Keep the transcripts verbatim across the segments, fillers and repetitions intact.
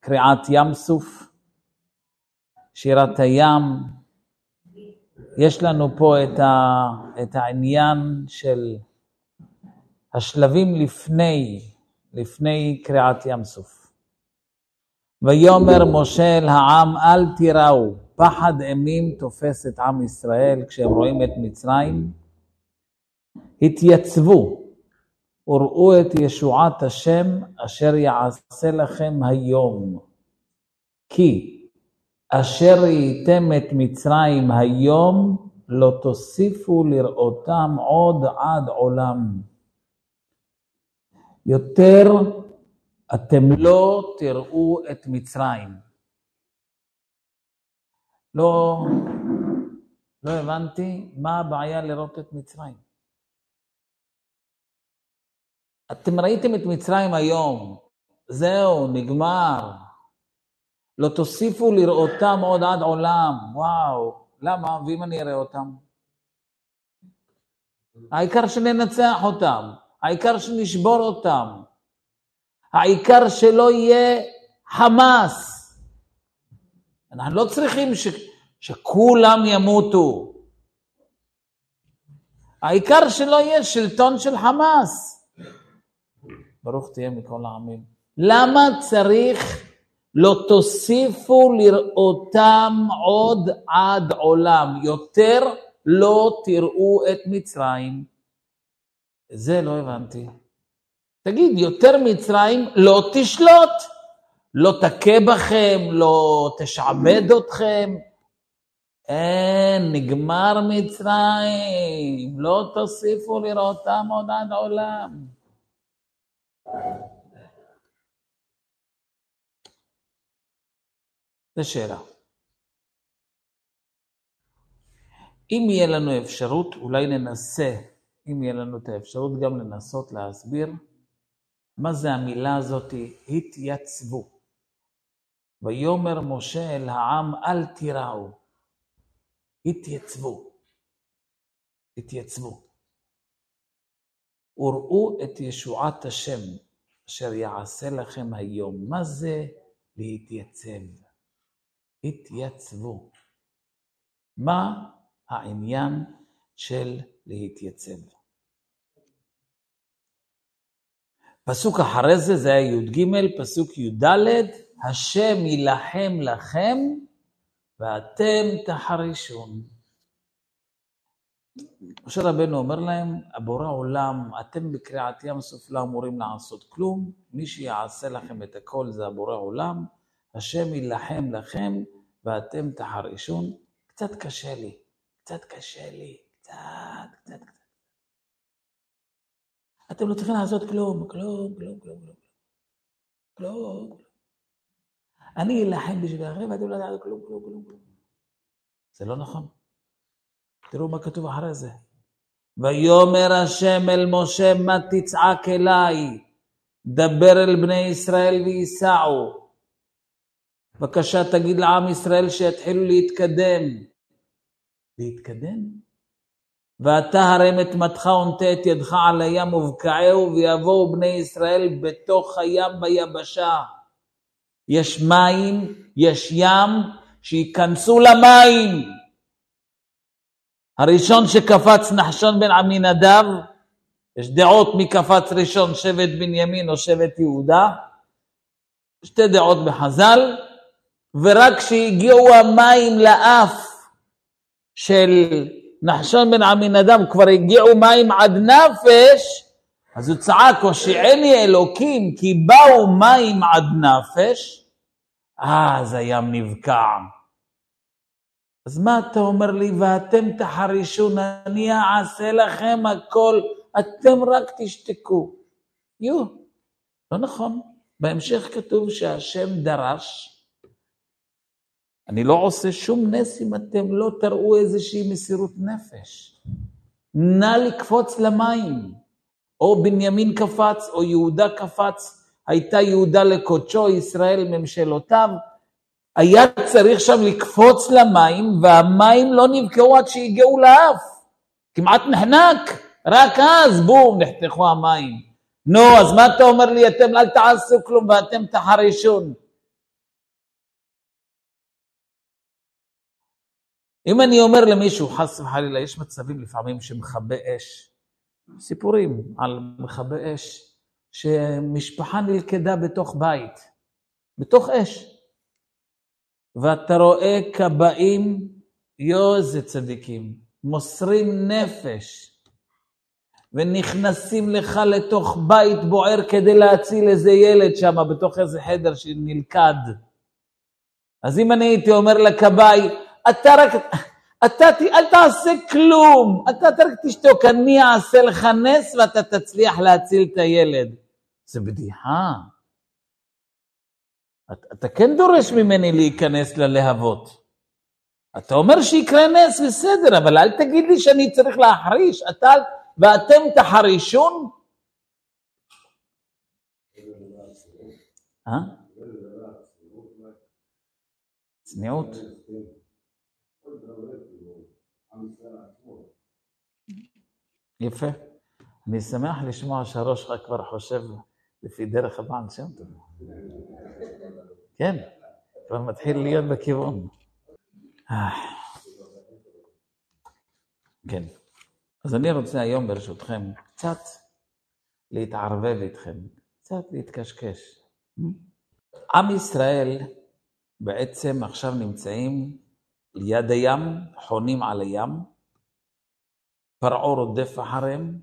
קריעת ים סוף, שירת הים. יש לנו פה את, ה, את העניין של השלבים לפני, לפני קריעת ים סוף. ויאמר משה אל העם אל תיראו, פחד אימים תופס את עם ישראל כשהם רואים את מצרים. התייצבו וראו את ישועת השם אשר יעשה לכם היום. כי אשר ראיתם את מצרים היום לא תוסיפו לראותם עוד עד עולם. יותר אתם לא תראו את מצרים. לא, לא הבנתי מה הבעיה לראות את מצרים. אתם ראיתם את מצרים היום, זהו, נגמר. לא תוסיפו לראותם עוד עד עולם. וואו, למה? ואם אני אראה אותם? העיקר שננצח אותם, העיקר שנשבור אותם, העיקר שלא יהיה חמאס. אנחנו לא צריכים ש... שכולם ימותו. העיקר שלא יהיה שלטון של חמאס. ברוך תהיה מכל העמים. למה צריך לא תוסיפו לראותם עוד עד עולם? יותר לא תראו את מצרים. זה לא הבנתי. תגיד, יותר מצרים לא תשלוט, לא תכה בכם, לא תשעבד אתכם. אין, נגמר מצרים, לא תוסיפו לראותם עוד עד עולם. זו שאלה. אם יהיה לנו אפשרות, אולי ננסה, אם יהיה לנו את האפשרות גם לנסות להסביר, מה זה המילה הזאת, התייצבו. ויאמר משה אל העם אל תיראו. התייצבו. התייצבו. וראו את ישועת השם אשר יעשה לכם היום. מה זה להתייצב? התייצבו. מה העניין של להתייצב? פסוק אחרי זה, זה היה י' ג', פסוק י' ד', השם ילחם לכם ואתם תחרישון. משה רבנו אומר להם, הבורא עולם, אתם בקריעת ים סוף לא אמורים לעשות כלום, מי שיעשה לכם את הכל זה הבורא עולם, השם ילחם לכם ואתם תחרישון. קצת קשה לי, קצת קשה לי, קצת, קצת, קצת. אתם לא צריכים לעשות כלום, כלום, כלום, כלום, כלום. כלום. אני אלחם בשבילכם ואתם לא תעשו כלום, כלום, כלום, כלום. זה לא נכון. תראו מה כתוב אחרי זה. ויאמר השם אל משה, מה תצעק אליי? דבר אל בני ישראל ויסעו. בבקשה תגיד לעם ישראל שיתחילו להתקדם. להתקדם? ואתה הרם את מתך ונטה את ידך על הים ובקעהו, ויבואו בני ישראל בתוך הים ביבשה. יש מים, יש ים, שיכנסו למים. הראשון שקפץ נחשון בן עמינדב, יש דעות מי קפץ ראשון, שבט בנימין או שבט יהודה, שתי דעות בחז"ל, ורק כשהגיעו המים לאף של נחשון בן עמינדב, כבר הגיעו מים עד נפש, אז הוא צעק, הושיעני אלוקים, כי באו מים עד נפש, אז הים נבקע. אז מה אתה אומר לי, ואתם תחרישון, אני אעשה לכם הכל, אתם רק תשתקו. יו, לא נכון. בהמשך כתוב שהשם דרש, אני לא עושה שום נס אם אתם לא תראו איזושהי מסירות נפש. נא לקפוץ למים. או בנימין קפץ, או יהודה קפץ, הייתה יהודה לקודשו, ישראל ממשלותיו, היה צריך שם לקפוץ למים, והמים לא נבקעו עד שהגיעו לאף. כמעט נחנק, רק אז בום, נחתכו המים. נו, אז מה אתה אומר לי, אתם אל תעשו כלום ואתם תחרישון. אם אני אומר למישהו, חס וחלילה, יש מצבים לפעמים שמכבה אש, סיפורים על מכבה אש, שמשפחה נלכדה בתוך בית, בתוך אש, ואתה רואה כבאים, יו איזה צדיקים, מוסרים נפש, ונכנסים לך לתוך בית בוער כדי להציל איזה ילד שם, בתוך איזה חדר שנלכד. אז אם אני הייתי אומר לכבאי, אתה רק, אתה אל תעשה כלום, אתה רק תשתוק, אני אעשה לך נס ואתה תצליח להציל את הילד. זה בדיחה. אתה, אתה כן דורש ממני להיכנס ללהבות. אתה אומר שיקרה נס בסדר, אבל אל תגיד לי שאני צריך להחריש, אתה, ואתם תחרישון? אה? צניעות. יפה. אני שמח לשמוע שהראש שלך כבר חושב לפי דרך הבעל שם טוב. כן, כבר מתחיל להיות בכיוון. כן. אז אני רוצה היום ברשותכם קצת להתערבב איתכם, קצת להתקשקש. עם ישראל בעצם עכשיו נמצאים ליד הים, חונים על הים, פרעה רודף אחריהם,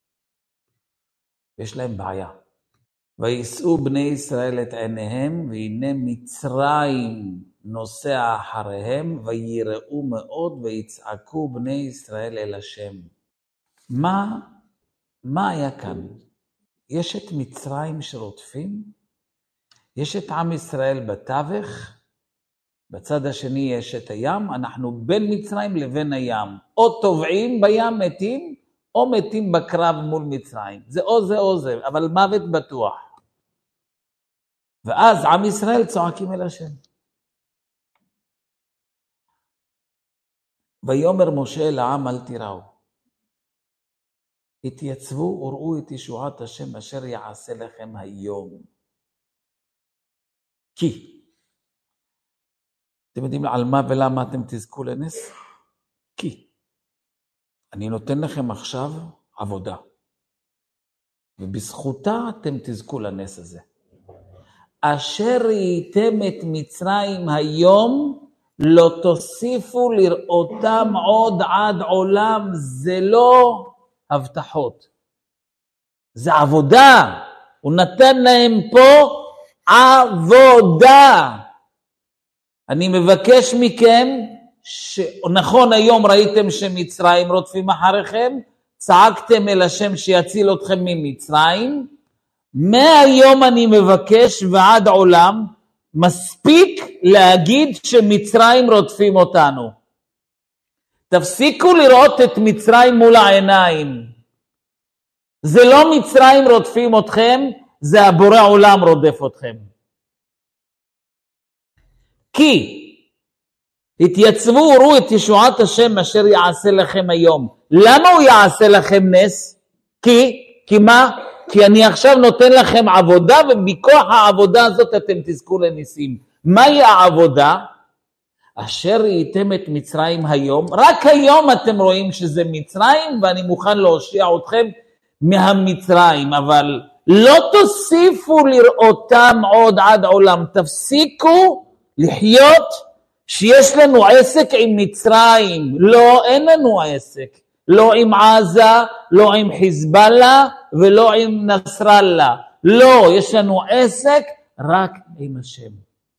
יש להם בעיה. ויסעו בני ישראל את עיניהם, והנה מצרים נוסע אחריהם, ויראו מאוד ויצעקו בני ישראל אל השם. מה, מה היה כאן? יש את מצרים שרודפים, יש את עם ישראל בתווך, בצד השני יש את הים, אנחנו בין מצרים לבין הים. או טובעים בים מתים, או מתים בקרב מול מצרים. זה או זה או זה, אבל מוות בטוח. ואז עם ישראל צועקים אל השם. ויאמר משה לעם אל תיראו. התייצבו וראו את ישועת השם אשר יעשה לכם היום. כי אתם יודעים על מה ולמה אתם תזכו לנס? כי אני נותן לכם עכשיו עבודה, ובזכותה אתם תזכו לנס הזה. אשר ראיתם את מצרים היום, לא תוסיפו לראותם עוד עד עולם. זה לא הבטחות, זה עבודה. הוא נתן להם פה עבודה. אני מבקש מכם, ש... נכון היום ראיתם שמצרים רודפים אחריכם, צעקתם אל השם שיציל אתכם ממצרים, מהיום אני מבקש ועד עולם, מספיק להגיד שמצרים רודפים אותנו. תפסיקו לראות את מצרים מול העיניים. זה לא מצרים רודפים אתכם, זה הבורא עולם רודף אתכם. כי התייצבו וראו את ישועת השם אשר יעשה לכם היום. למה הוא יעשה לכם נס? כי, כי מה? כי אני עכשיו נותן לכם עבודה, ומכוח העבודה הזאת אתם תזכו לניסים. מהי העבודה? אשר ראיתם את מצרים היום, רק היום אתם רואים שזה מצרים, ואני מוכן להושיע אתכם מהמצרים, אבל לא תוסיפו לראותם עוד עד עולם. תפסיקו לחיות שיש לנו עסק עם מצרים. לא, אין לנו עסק. לא עם עזה, לא עם חיזבאללה ולא עם נסראללה. לא, יש לנו עסק רק עם השם.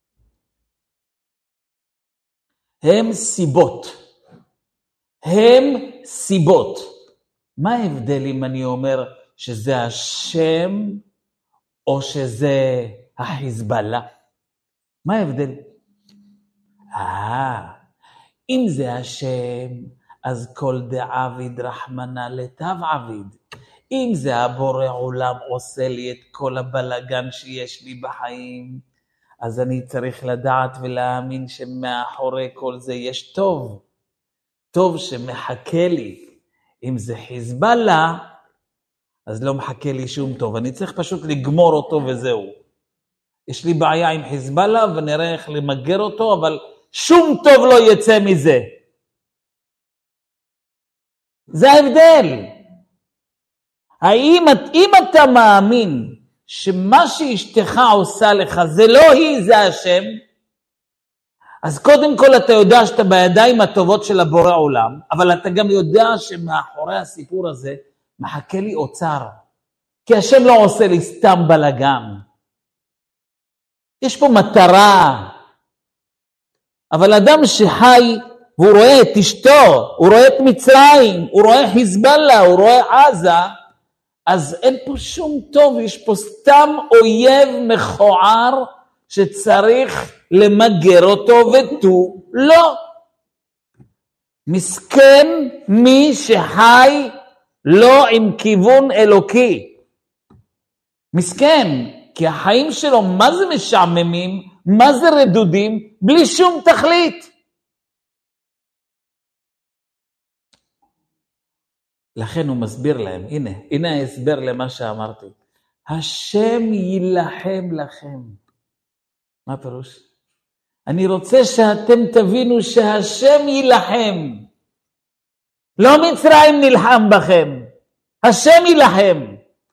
הם סיבות. הם סיבות. מה ההבדל אם אני אומר שזה השם או שזה החיזבאללה? מה ההבדל? אה, אם זה השם, אז כל דעביד רחמנא לטב עביד. אם זה הבורא עולם עושה לי את כל הבלגן שיש לי בחיים, אז אני צריך לדעת ולהאמין שמאחורי כל זה יש טוב. טוב שמחכה לי. אם זה חיזבאללה, אז לא מחכה לי שום טוב. אני צריך פשוט לגמור אותו וזהו. יש לי בעיה עם חיזבאללה ונראה איך למגר אותו, אבל שום טוב לא יצא מזה. זה ההבדל. האם אם אתה מאמין שמה שאשתך עושה לך זה לא היא, זה השם, אז קודם כל אתה יודע שאתה בידיים הטובות של הבורא עולם, אבל אתה גם יודע שמאחורי הסיפור הזה מחכה לי אוצר, כי השם לא עושה לי סתם בלגן. יש פה מטרה. אבל אדם שחי והוא רואה את אשתו, הוא רואה את מצרים, הוא רואה חיזבאללה, הוא רואה עזה, אז אין פה שום טוב, יש פה סתם אויב מכוער שצריך למגר אותו ותו לא. מסכן מי שחי לא עם כיוון אלוקי. מסכן, כי החיים שלו מה זה משעממים, מה זה רדודים, בלי שום תכלית. לכן הוא מסביר להם, הנה, הנה ההסבר למה שאמרתי. השם יילחם לכם. מה פירוש? אני רוצה שאתם תבינו שהשם יילחם. לא מצרים נלחם בכם. השם יילחם.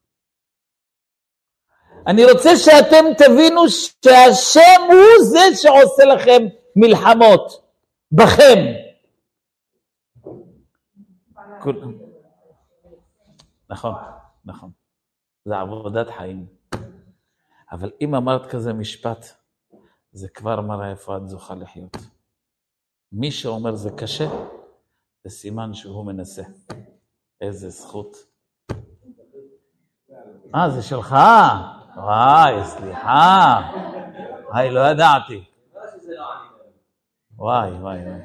אני רוצה שאתם תבינו שהשם הוא זה שעושה לכם מלחמות. בכם. נכון, נכון. זה עבודת חיים. אבל אם אמרת כזה משפט, זה כבר מראה איפה את זוכה לחיות. מי שאומר זה קשה, זה סימן שהוא מנסה. איזה זכות. אה, זה שלך? וואי, סליחה. היי, לא ידעתי. וואי, וואי, וואי.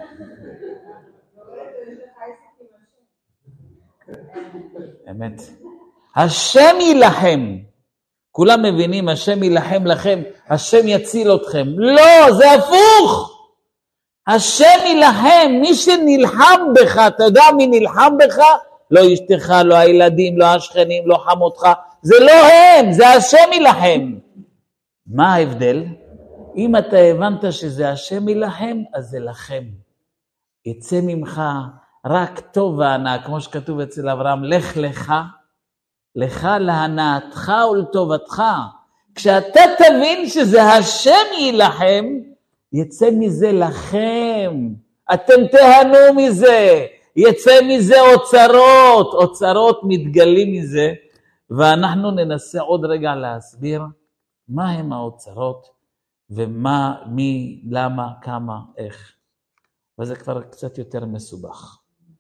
אמת. השם יילחם. כולם מבינים, השם יילחם לכם, השם יציל אתכם. לא, זה הפוך. השם יילחם, מי שנלחם בך, אתה יודע מי נלחם בך? לא אשתך, לא הילדים, לא השכנים, לא חמותך. זה לא הם, זה השם יילחם. מה ההבדל? אם אתה הבנת שזה השם יילחם, אז זה לכם. יצא ממך רק טוב והנאה, כמו שכתוב אצל אברהם, לך לך, לך להנאתך ולטובתך. כשאתה תבין שזה השם יילחם, יצא מזה לכם. אתם תהנו מזה. יצא מזה אוצרות. אוצרות מתגלים מזה. ואנחנו ננסה עוד רגע להסביר מה הם האוצרות, ומה, מי, למה, כמה, איך. וזה כבר קצת יותר מסובך.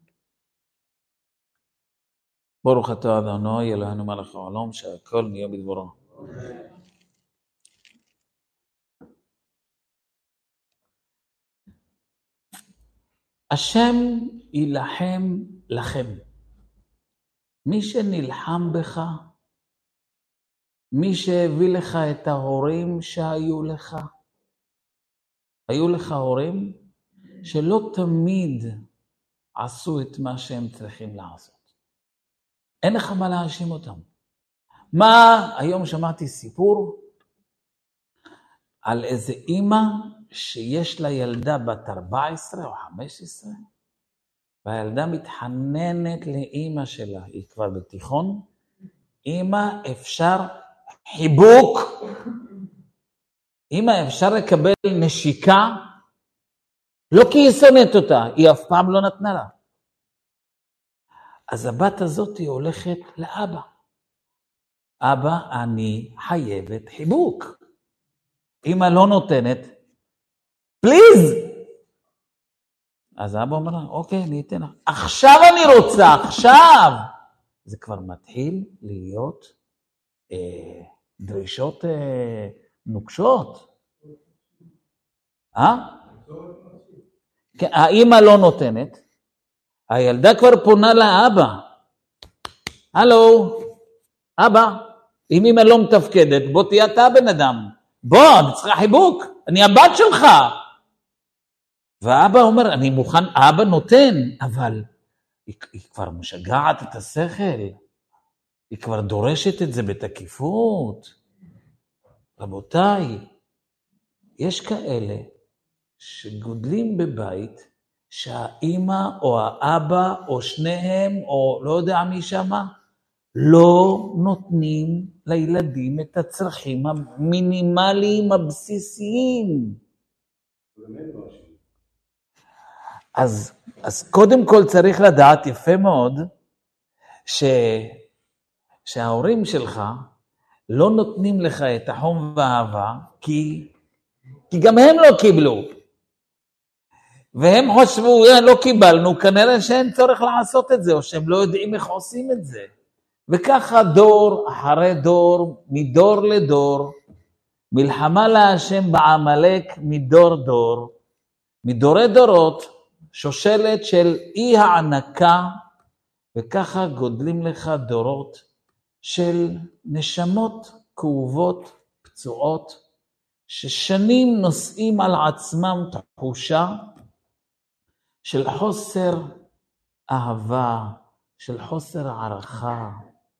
ברוך אתה אדוני אלוהינו מלך העולם שהכל נהיה בדברו. השם יילחם לכם. מי שנלחם בך, מי שהביא לך את ההורים שהיו לך, היו לך הורים שלא תמיד עשו את מה שהם צריכים לעשות. אין לך מה להאשים אותם. מה, היום שמעתי סיפור על איזה אמא שיש לה ילדה בת ארבע עשרה או חמש עשרה, והילדה מתחננת לאמא שלה, היא כבר בתיכון, אמא אפשר חיבוק, אמא אפשר לקבל נשיקה, לא כי היא שונאת אותה, היא אף פעם לא נתנה לה. אז הבת הזאת היא הולכת לאבא. אבא, אני חייבת חיבוק. אמא לא נותנת, פליז. אז אבא אומר לה, אוקיי, אני אתן לך. עכשיו אני רוצה, עכשיו. זה כבר מתחיל להיות אה, דרישות אה, נוקשות. אה? כן, האמא לא נותנת. הילדה כבר פונה לאבא. הלו, אבא, אם אמא לא מתפקדת, בוא תהיה אתה בן אדם. בוא, אני צריכה חיבוק, אני הבת שלך. ואבא אומר, אני מוכן, אבא נותן, אבל היא, היא כבר משגעת את השכל. היא כבר דורשת את זה בתקיפות. רבותיי, יש כאלה שגודלים בבית שהאימא או האבא או שניהם או לא יודע מי שמה, לא נותנים לילדים את הצרכים המינימליים הבסיסיים. אז, אז קודם כל צריך לדעת יפה מאוד, ש, שההורים שלך לא נותנים לך את החום והאהבה, כי, כי גם הם לא קיבלו. והם חושבו, לא קיבלנו, כנראה שאין צורך לעשות את זה, או שהם לא יודעים איך עושים את זה. וככה דור אחרי דור, מדור לדור, מלחמה להשם בעמלק מדור דור, מדורי דורות, שושלת של אי הענקה, וככה גודלים לך דורות של נשמות כאובות, פצועות, ששנים נושאים על עצמם תחושה של חוסר אהבה, של חוסר הערכה.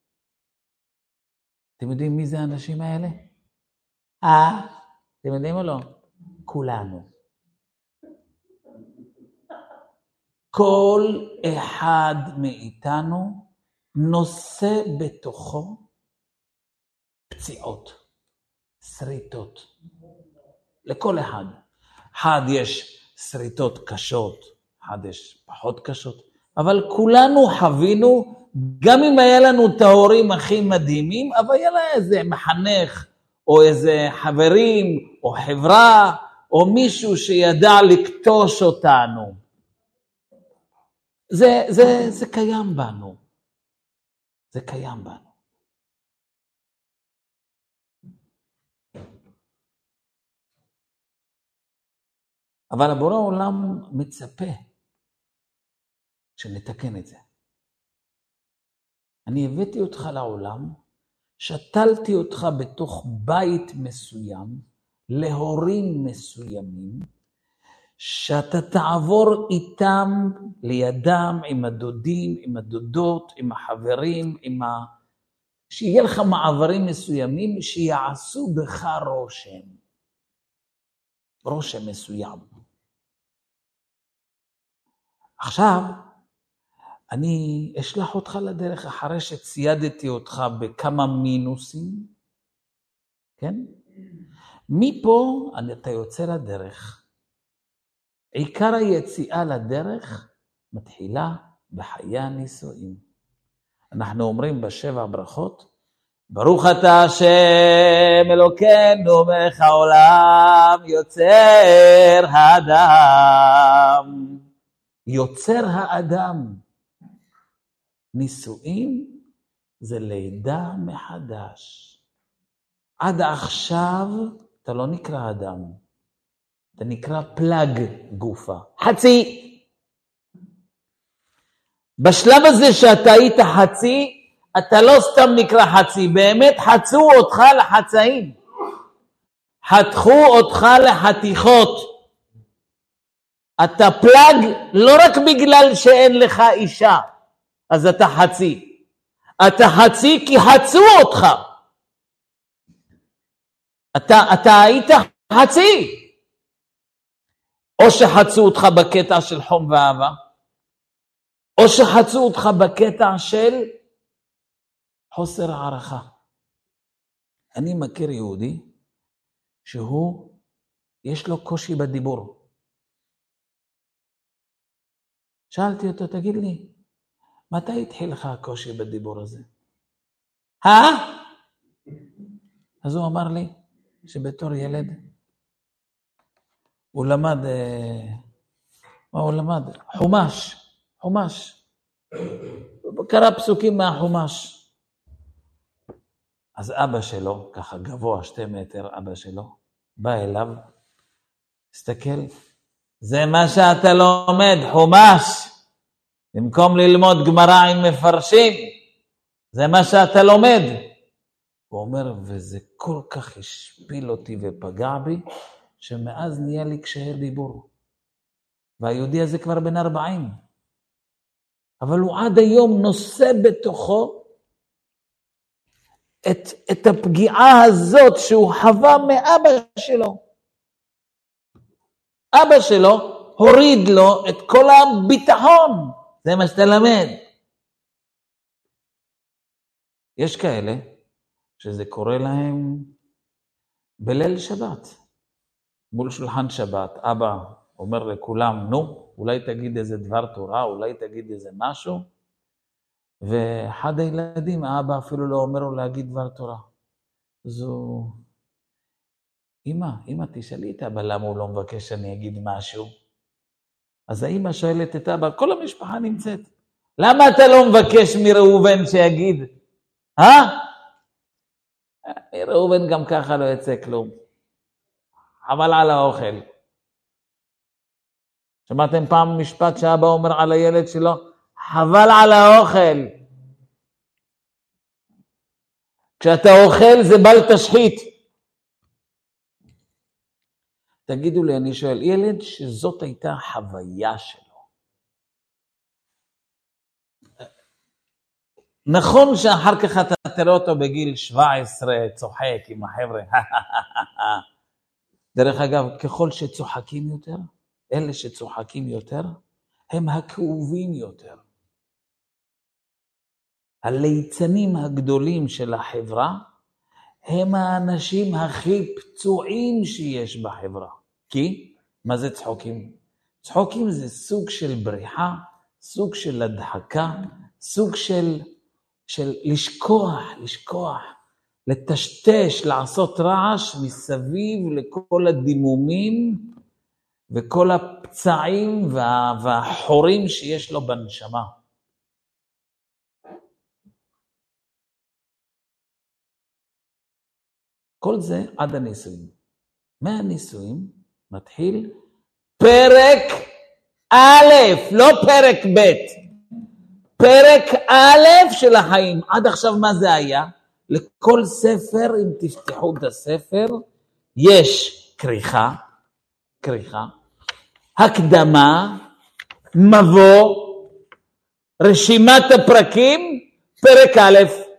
אתם יודעים מי זה האנשים האלה? אה? אתם יודעים או לא? כולנו. כל אחד מאיתנו נושא בתוכו פציעות, שריטות. לכל אחד. אחד יש שריטות קשות, אחד יש פחות קשות, אבל כולנו חווינו, גם אם היה לנו את ההורים הכי מדהימים, אבל היה לה איזה מחנך, או איזה חברים, או חברה, או מישהו שידע לקטוש אותנו. זה, זה, זה קיים בנו. זה קיים בנו. אבל הבורא העולם מצפה שנתקן את זה. אני הבאתי אותך לעולם, שתלתי אותך בתוך בית מסוים, להורים מסוימים, שאתה תעבור איתם, לידם, עם הדודים, עם הדודות, עם החברים, עם ה... שיהיה לך מעברים מסוימים שיעשו בך רושם. רושם מסוים. עכשיו, אני אשלח אותך לדרך אחרי שציידתי אותך בכמה מינוסים, כן? מפה אתה יוצא לדרך. עיקר היציאה לדרך מתחילה בחיי הנישואים. אנחנו אומרים בשבע ברכות, ברוך אתה השם אלוקינו מלך העולם, יוצר האדם. יוצר האדם. נישואים זה לידה מחדש. עד עכשיו אתה לא נקרא אדם. אתה נקרא פלג גופה. חצי. בשלב הזה שאתה היית חצי, אתה לא סתם נקרא חצי, באמת חצו אותך לחצאים. חתכו אותך לחתיכות. אתה פלג לא רק בגלל שאין לך אישה, אז אתה חצי. אתה חצי כי חצו אותך. אתה, אתה היית חצי. או שחצו אותך בקטע של חום ואהבה, או שחצו אותך בקטע של חוסר הערכה. אני מכיר יהודי שהוא, יש לו קושי בדיבור. שאלתי אותו, תגיד לי, מתי התחיל לך הקושי בדיבור הזה? אה? אז הוא אמר לי שבתור ילד הוא למד, מה הוא למד? חומש, חומש. קרא פסוקים מהחומש. אז אבא שלו, ככה גבוה שתי מטר, אבא שלו, בא אליו, הסתכל, זה מה שאתה לומד, חומש. במקום ללמוד גמרא עם מפרשים, זה מה שאתה לומד. הוא אומר, וזה כל כך השפיל אותי ופגע בי, שמאז נהיה לי קשיי דיבור. והיהודי הזה כבר בן ארבעים. אבל הוא עד היום נושא בתוכו את, את הפגיעה הזאת שהוא חווה מאבא שלו. אבא שלו הוריד לו את כל הביטחון. זה מה שאתה למד. יש כאלה שזה קורה להם בליל שבת. מול שולחן שבת, אבא אומר לכולם, נו, אולי תגיד איזה דבר תורה, אולי תגיד איזה משהו, ואחד הילדים, האבא אפילו לא אומר לו להגיד דבר תורה. זו, אמא, אמא תשאלי את אבא למה הוא לא מבקש שאני אגיד משהו. אז האמא שואלת את אבא, כל המשפחה נמצאת, למה אתה לא מבקש מראובן שיגיד? אה? מראובן גם ככה לא יצא כלום. חבל על האוכל. שמעתם פעם משפט שאבא אומר על הילד שלו? חבל על האוכל. כשאתה אוכל זה בל תשחית. תגידו לי, אני שואל, ילד שזאת הייתה חוויה שלו. נכון שאחר כך אתה תראה אותו בגיל שבע עשרה, צוחק עם החבר'ה. דרך אגב, ככל שצוחקים יותר, אלה שצוחקים יותר, הם הכאובים יותר. הליצנים הגדולים של החברה, הם האנשים הכי פצועים שיש בחברה. כי, מה זה צחוקים? צחוקים זה סוג של בריחה, סוג של הדחקה, סוג של, של לשכוח, לשכוח, לטשטש, לעשות רעש מסביב לכל הדימומים וכל הפצעים וה, והחורים שיש לו בנשמה. כל זה עד הנישואים. מהנישואים מתחיל פרק א', לא פרק ב', פרק א' של החיים. עד עכשיו מה זה היה? לכל ספר, אם תפתחו את הספר, יש כריכה, כריכה, הקדמה, מבוא, רשימת הפרקים, פרק א'.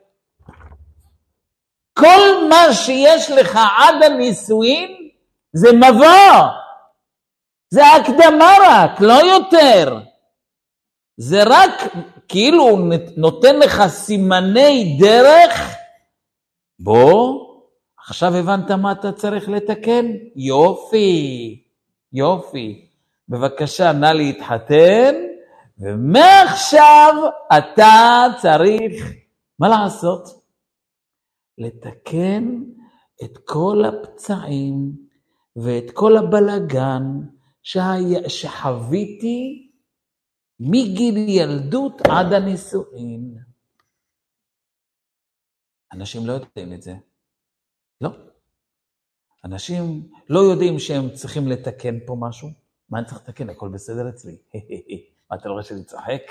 כל מה שיש לך עד הנישואין זה מבוא. זה הקדמה רק, לא יותר. זה רק כאילו נותן לך סימני דרך. בוא, עכשיו הבנת מה אתה צריך לתקן? יופי, יופי. בבקשה, נא להתחתן, ומעכשיו אתה צריך, מה לעשות? לתקן את כל הפצעים ואת כל הבלגן שחוויתי מגיל ילדות עד הנישואין. אנשים לא יודעים את זה. לא. אנשים לא יודעים שהם צריכים לתקן פה משהו. מה אני צריך לתקן? הכל בסדר אצלי. מה, אתה לא רואה שאני צוחק?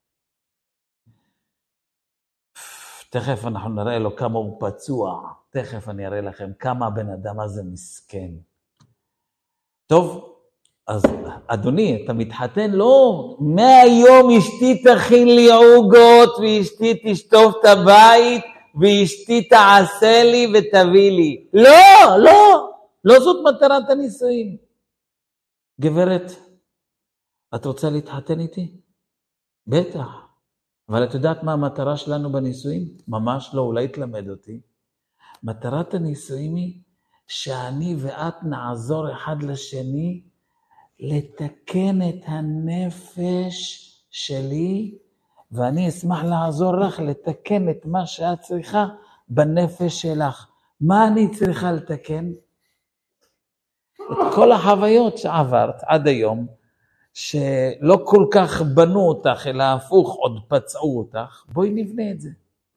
תכף אנחנו נראה לו כמה הוא פצוע. תכף אני אראה לכם כמה הבן אדם הזה מסכן. טוב, אז אדוני, אתה מתחתן? לא. מהיום אשתי תכין לי עוגות, ואשתי תשטוף את הבית, ואשתי תעשה לי ותביא לי. לא, לא. לא זאת מטרת הנישואים. גברת, את רוצה להתחתן איתי? בטח. אבל את יודעת מה המטרה שלנו בנישואים? ממש לא, אולי תלמד אותי. מטרת הנישואים היא שאני ואת נעזור אחד לשני לתקן את הנפש שלי, ואני אשמח לעזור לך לתקן את מה שאת צריכה בנפש שלך. מה אני צריכה לתקן? את כל החוויות שעברת עד היום, שלא כל כך בנו אותך, אלא הפוך, עוד פצעו אותך, בואי נבנה את זה.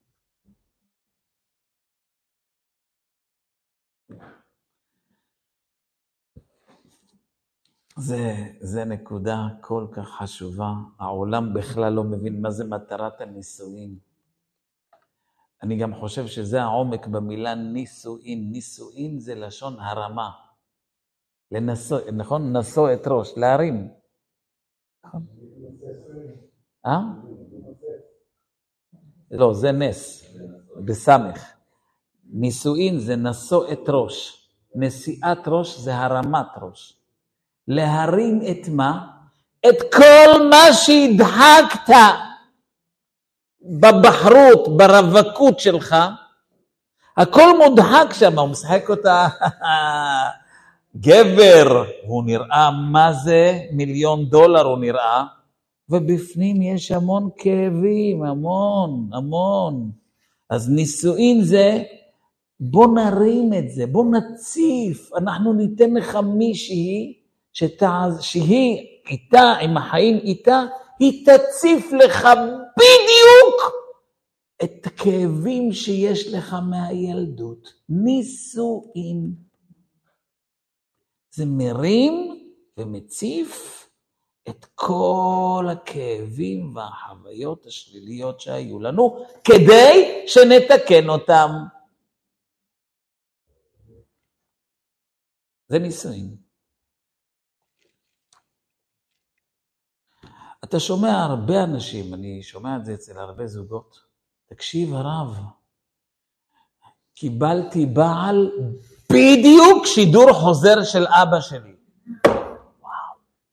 זה, זה נקודה כל כך חשובה. העולם בכלל לא מבין מה זה מטרת הנישואין. אני גם חושב שזה העומק במילה נישואין. נישואין זה לשון הרמה. לנסות, נכון? נסו את ראש, להרים. נכון? אה? לא, זה נס, בסמך. נישואין זה נסו את ראש. נשיאת ראש זה הרמת ראש. להרים את מה? את כל מה שהדחקת בבחרות, ברווקות שלך, הכל מודחק שם, הוא משחק אותה, גבר, הוא נראה, מה זה? מיליון דולר הוא נראה, ובפנים יש המון כאבים, המון, המון. אז נישואין זה, בוא נרים את זה, בוא נציף, אנחנו ניתן לך מישהי, שתעז, שהיא איתה, עם החיים איתה, היא תציף לך בדיוק את הכאבים שיש לך מהילדות. נישואין. זה מרים ומציף את כל הכאבים והחוויות השליליות שהיו לנו, כדי שנתקן אותם. זה נישואין. אתה שומע הרבה אנשים, אני שומע את זה אצל הרבה זוגות, תקשיב הרב, קיבלתי בעל בדיוק שידור חוזר של אבא שלי. וואו.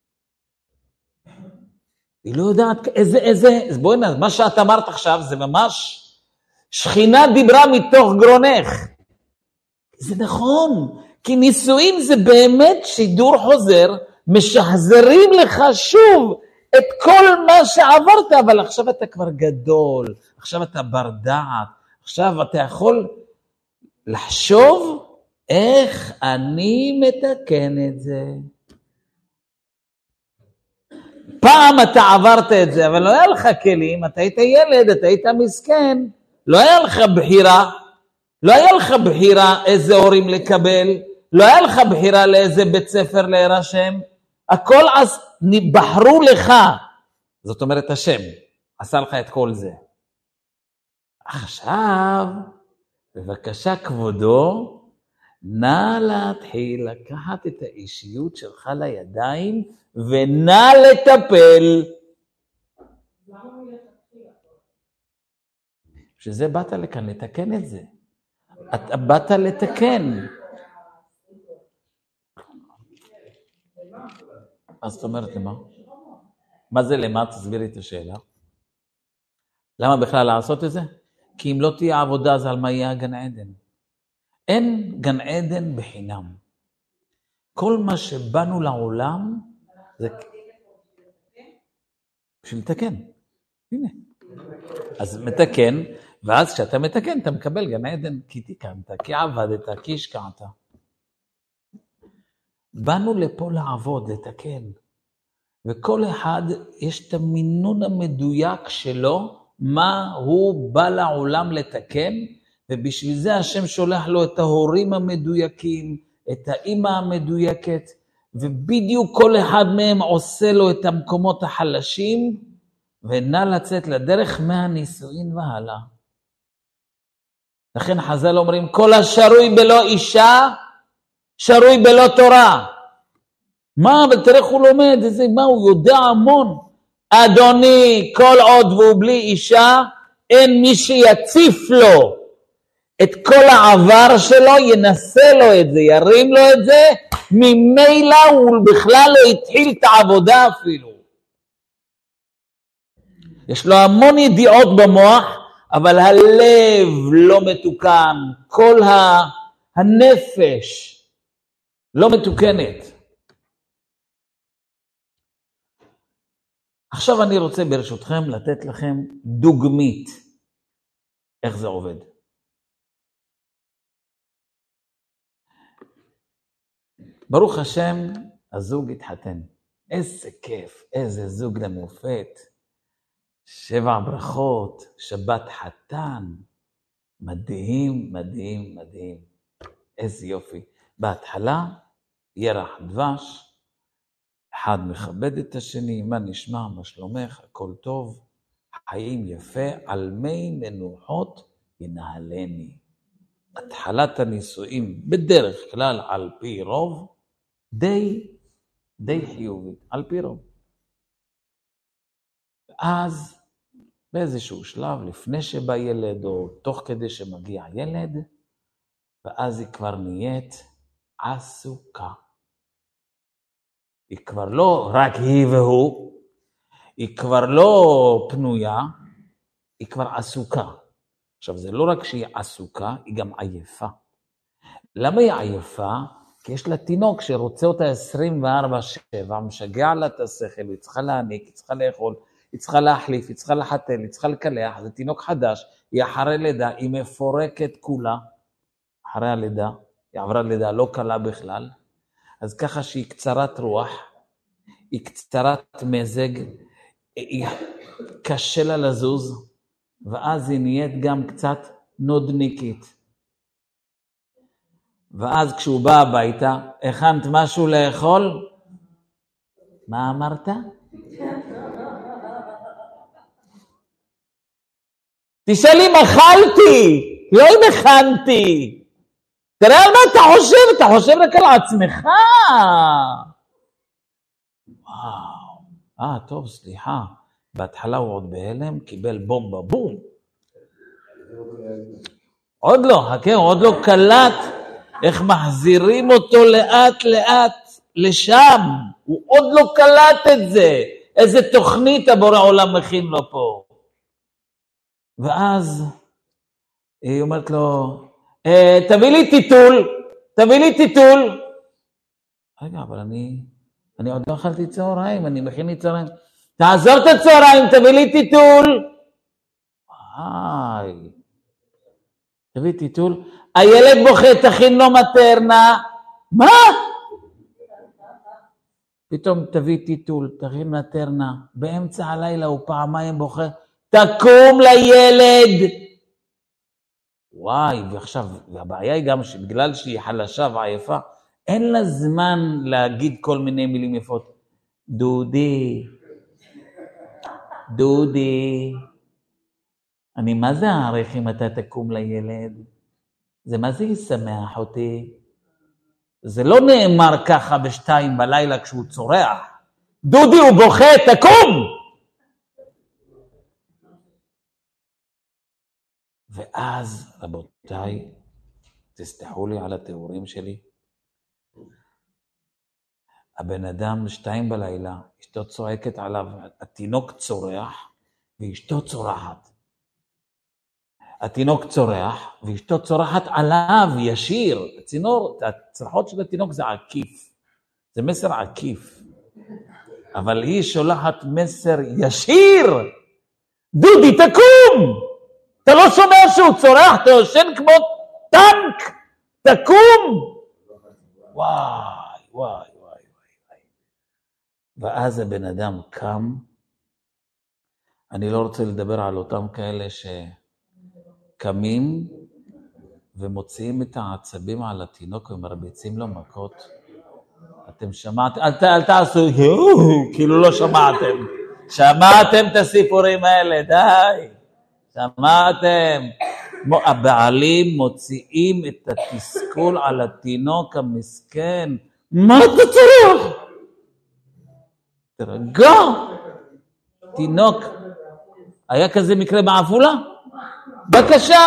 היא לא יודעת איזה, איזה, אז בואי נע, מה שאת אמרת עכשיו זה ממש, שכינה דיברה מתוך גרונך. זה נכון, כי נישואין זה באמת שידור חוזר, משחזרים לך שוב, את כל מה שעברת, אבל עכשיו אתה כבר גדול, עכשיו אתה בר דעת, עכשיו אתה יכול לחשוב איך אני מתקן את זה. פעם אתה עברת את זה, אבל לא היה לך כלים, אתה היית ילד, אתה היית מסכן, לא היה לך בחירה, לא היה לך בחירה איזה הורים לקבל, לא היה לך בחירה לאיזה בית ספר להירשם, הכל אז נבחרו לך, זאת אומרת השם, עשה לך את כל זה. עכשיו, בבקשה כבודו, נא להתחיל לקחת את האישיות שלך לידיים, ונא לטפל. שזה באת לכאן, לתקן את זה. אתה באת לתקן. אז זאת אומרת למה? מה זה למה? תסבירי את השאלה. למה בכלל לעשות את זה? כי אם לא תהיה עבודה, אז על מה יהיה גן עדן? אין גן עדן בחינם. כל מה שבאנו לעולם, זה בשביל לתקן. הנה. אז מתקן, ואז כשאתה מתקן, אתה מקבל גן עדן, כי תיקנת, כי עבדת, כי השקעת. באנו לפה לעבוד, לתקן. וכל אחד יש את המינון המדויק שלו, מה הוא בא לעולם לתקן, ובשביל זה השם שולח לו את ההורים המדויקים, את האמא המדויקת, ובדיוק כל אחד מהם עושה לו את המקומות החלשים, ונא לצאת לדרך מהנישואין והלאה. לכן חז"ל אומרים, כל השרוי בלא אישה, שרוי בלא תורה. מה, אבל תראה איך הוא לומד, איזה, מה, הוא יודע המון. אדוני, כל עוד והוא בלי אישה, אין מי שיציף לו את כל העבר שלו, ינסה לו את זה, ירים לו את זה, ממילא הוא בכלל לא התחיל את העבודה אפילו. יש לו המון ידיעות במוח, אבל הלב לא מתוקן, כל הנפש לא מתוקנת. עכשיו אני רוצה ברשותכם לתת לכם דוגמית איך זה עובד. ברוך השם, הזוג התחתן. איזה כיף, איזה זוג למופת. שבע ברכות, שבת חתן. מדהים, מדהים, מדהים. איזה יופי. בהתחלה, ירח דבש. אחד מכבד את השני, מה נשמע, מה שלומך, הכל טוב. חיים יפה, על מי מנוחות ינהלני. התחלת הנישואים בדרך כלל על פי רוב, די, די חיובית, על פי רוב. ואז באיזשהו שלב, לפני שבא ילד, או תוך כדי שמגיע ילד, ואז היא כבר נהיית עסוקה. היא כבר לא רק היא והוא, היא כבר לא פנויה, היא כבר עסוקה. עכשיו, זה לא רק שהיא עסוקה, היא גם עייפה. למה היא עייפה? כי יש לה תינוק שרוצה אותה עשרים וארבע שבע, משגע לה את השכל, היא צריכה להעניק, היא צריכה לאכול, היא צריכה להחליף, היא צריכה לחתל, היא צריכה לקלח, זה תינוק חדש, היא אחרי לידה, היא מפורקת כולה, אחרי הלידה, היא עברה לידה לא קלה בכלל, אז ככה שהיא קצרת רוח, היא קצרת מזג, היא קשה לה לזוז, ואז היא נהיית גם קצת נודניקית. ואז כשהוא בא הביתה, הכנת משהו לאכול? מה אמרת? תשאלי אם אכלתי, לא אם הכנתי. תראה על מה אתה חושב, אתה חושב רק על עצמך. וואו, אה טוב, סליחה. בהתחלה הוא עוד בהלם, קיבל בומבה בום. עוד לא, חכה, הוא עוד לא קלט איך מחזירים אותו לאט לאט לשם. הוא עוד לא קלט את זה. איזה תוכנית הבורא עולם מכין לו פה. ואז היא אומרת לו, אה, תביא לי טיטול, תביא לי טיטול. רגע, אבל אני, אני עוד לא אכלתי צהריים, אני מכין לי צהריים. תעזור את הצהריים, תביא לי טיטול. וואי, תביא טיטול. הילד בוכה, תכין לו מטרנה. מה? פתאום תביא טיטול, תכין מטרנה. באמצע הלילה הוא פעמיים בוכה. תקום לילד. וואי, ועכשיו, והבעיה היא גם שבגלל שהיא חלשה ועייפה, אין לה זמן להגיד כל מיני מילים יפות. דודי, דודי, אני מה זה אעריך אם אתה תקום לילד? זה מה זה ישמח אותי? זה לא נאמר ככה בשתיים בלילה כשהוא צורח. דודי הוא בוכה, תקום! ואז, רבותיי, תסתחו לי על התיאורים שלי. הבן אדם שתיים בלילה, אשתו צועקת עליו, התינוק צורח, ואשתו צורחת. התינוק צורח, ואשתו צורחת עליו ישיר. הצינור, הצרחות של התינוק זה עקיף. זה מסר עקיף. אבל היא שולחת מסר ישיר. דודי, תקום! אתה לא שומע שהוא צורח, אתה יושן כמו טנק. תקום! וואי, וואי, וואי, וואי. ואז הבן אדם קם. אני לא רוצה לדבר על אותם כאלה שקמים ומוציאים את העצבים על התינוק ומרביצים לו מכות. אתם שמעתם? אל, אל תעשו, כאילו לא שמעתם. שמעתם את הסיפורים האלה, די. שמעתם? הבעלים מוציאים את התסכול על התינוק המסכן. מה אתה צריך? תרגע. תינוק. היה כזה מקרה בעפולה? בבקשה.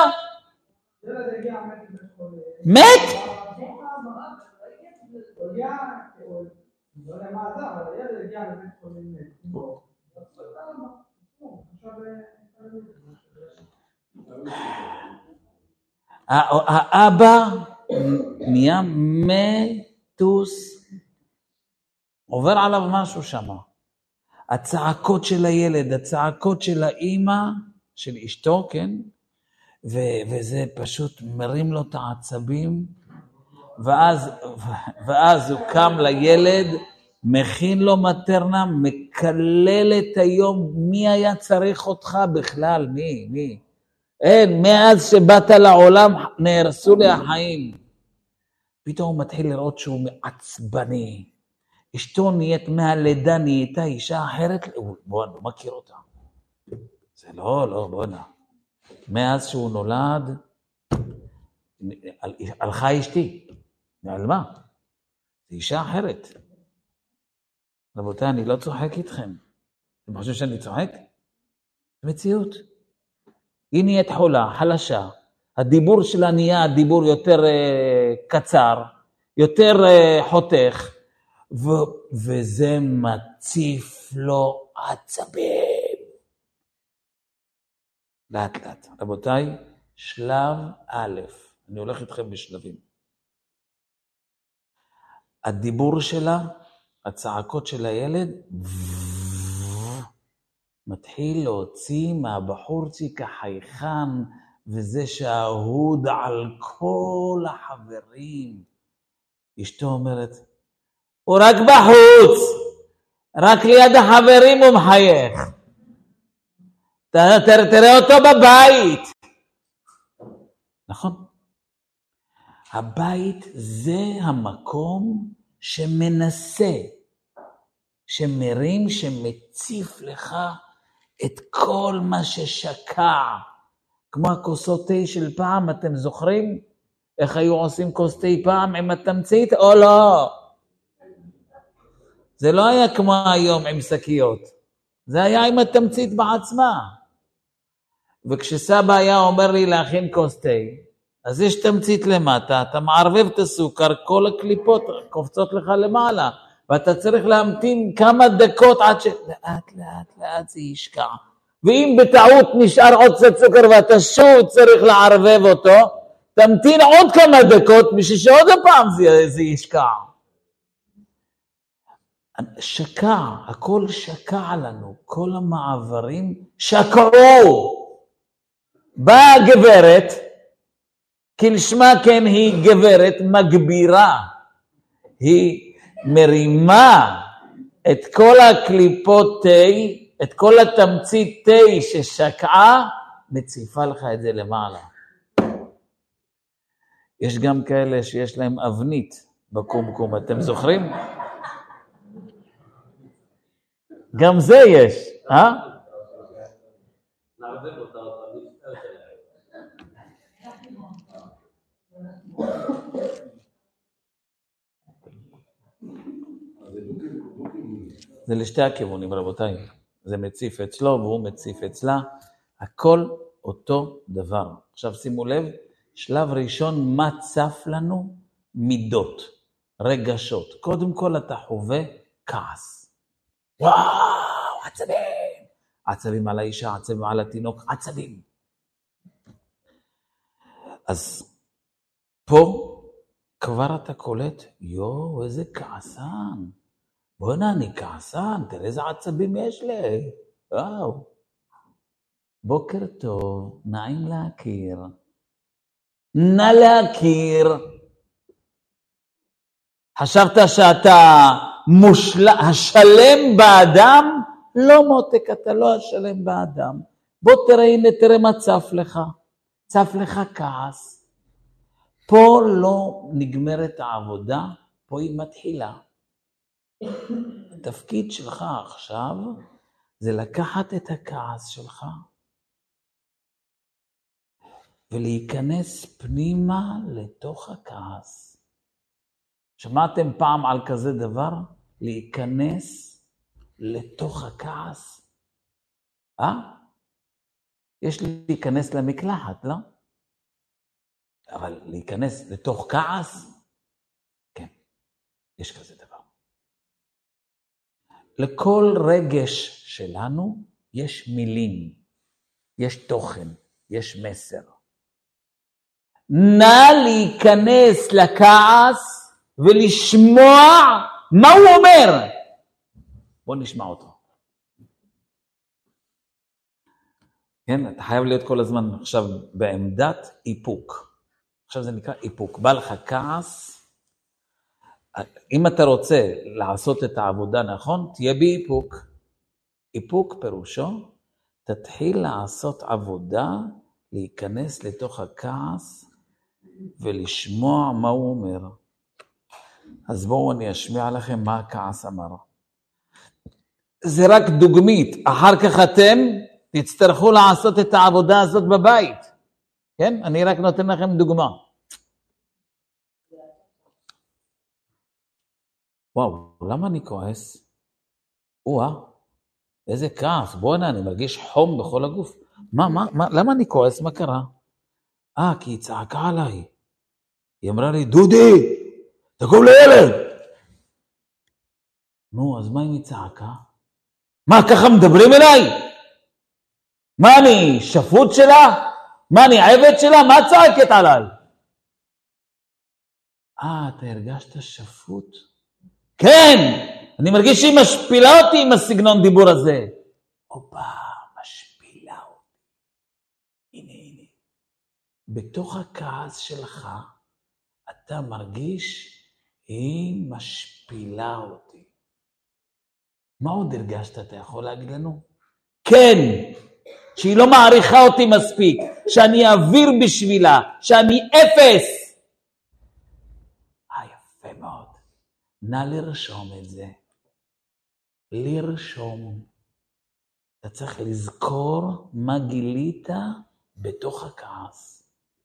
מת? האבא נהיה מתוס, עובר עליו משהו שמה. הצעקות של הילד, הצעקות של האמא, של אשתו, כן? ו- וזה פשוט מרים לו את העצבים, ואז, ואז הוא קם לילד, מכין לו מטרנה, מקלל את היום, מי היה צריך אותך בכלל? מי? מי? אין, מאז שבאת לעולם נהרסו לי החיים. פתאום הוא מתחיל לראות שהוא מעצבני. אשתו נהיית מהלידה, נהייתה אישה אחרת, בוא, אני לא מכיר אותה. זה לא, לא, בוא נה. מאז שהוא נולד, הלכה אשתי. נעלמה. זה אישה אחרת. רבותיי, אני לא צוחק איתכם. אתם חושבים שאני צוחק? זה מציאות. היא נהיית חולה, חלשה. הדיבור שלה נהיה דיבור יותר uh, קצר, יותר uh, חותך. ו- וזה מציף לו עצבים. לאט לאט. רבותיי, שלב א', אני הולך איתכם בשלבים. הדיבור שלה, הצעקות של הילד, מתחיל להוציא מהבחורצ'יק החייכן, וזה שהאהוד על כל החברים. אשתו אומרת, הוא רק בחוץ, רק ליד החברים הוא מחייך. תראה, תראה אותו בבית. נכון. הבית זה המקום שמנסה, שמרים, שמציף לך את כל מה ששקע. כמו הכוסות תה של פעם, אתם זוכרים? איך היו עושים כוס תה פעם עם התמצית או לא? זה לא היה כמו היום עם שקיות. זה היה עם התמצית בעצמה. וכשסבא היה אומר לי להכין כוס תה, אז יש תמצית למטה, אתה מערבב את הסוכר, כל הקליפות קופצות לך למעלה, ואתה צריך להמתין כמה דקות עד ש... לאט לאט לאט זה ישקע. ואם בטעות נשאר עוד קצת סוכר ואתה שוב צריך לערבב אותו, תמתין עוד כמה דקות בשביל שעוד הפעם זה, זה ישקע. שקע, הכל שקע לנו, כל המעברים שקעו. באה גברת, כלשמה כן היא גברת מגבירה, היא מרימה את כל הקליפות תה, את כל התמצית תה ששקעה, מציפה לך את זה למעלה. יש גם כאלה שיש להם אבנית בקומקום, אתם זוכרים? גם זה יש, אה? נערבב אותה אותה. זה לשתי הכיוונים, רבותיי. זה מציף אצלו והוא מציף אצלה. הכל אותו דבר. עכשיו שימו לב, שלב ראשון, מה צף לנו? מידות, רגשות. קודם כל אתה חווה כעס. וואו, עצבים. עצבים על האישה, עצבים על התינוק, עצבים. אז פה כבר אתה קולט, יו, איזה כעסן. בוא'נה, אני כעסן, תראה איזה עצבים יש לי. וואו. בוקר טוב, נעים להכיר. נא להכיר. חשבת שאתה מושל... השלם באדם? לא מותק, אתה לא השלם באדם. בוא תראה, הנה, תראה מה צף לך. צף לך כעס. פה לא נגמרת העבודה, פה היא מתחילה. התפקיד שלך עכשיו זה לקחת את הכעס שלך ולהיכנס פנימה לתוך הכעס. שמעתם פעם על כזה דבר? להיכנס לתוך הכעס? אה? יש להיכנס למקלחת, לא? אבל להיכנס לתוך כעס? כן, יש כזה דבר. לכל רגש שלנו יש מילים, יש תוכן, יש מסר. נא להיכנס לכעס ולשמוע מה הוא אומר. בוא נשמע אותו. כן, אתה חייב להיות כל הזמן עכשיו בעמדת איפוק. עכשיו זה נקרא איפוק. בא לך כעס. אם אתה רוצה לעשות את העבודה נכון, תהיה באיפוק. איפוק פירושו, תתחיל לעשות עבודה, להיכנס לתוך הכעס ולשמוע מה הוא אומר. אז בואו אני אשמיע לכם מה הכעס אמר. זה רק דוגמית, אחר כך אתם תצטרכו לעשות את העבודה הזאת בבית. כן? אני רק נותן לכם דוגמה. וואו, למה אני כועס? וואה, איזה כעס, בוא'נה, אני מרגיש חום בכל הגוף. מה, מה, מה, למה אני כועס? מה קרה? אה, כי היא צעקה עליי. היא אמרה לי, דודי, תקום לילד. נו, אז מה אם היא צעקה? מה, ככה מדברים אליי? מה אני, שפוט שלה? מה אני, עבד שלה? מה צעקת עליי? אה, אתה הרגשת שפוט? כן, אני מרגיש שהיא משפילה אותי עם הסגנון דיבור הזה. אופה, משפילה אותי. הנה, הנה. בתוך הכעס שלך, אתה מרגיש, היא משפילה אותי. מה עוד הרגשת? אתה יכול להגיד לנו? כן, שהיא לא מעריכה אותי מספיק, שאני אוויר בשבילה, שאני אפס. אה, יפה מאוד. נא לרשום את זה. לרשום. אתה צריך לזכור מה גילית בתוך הכעס.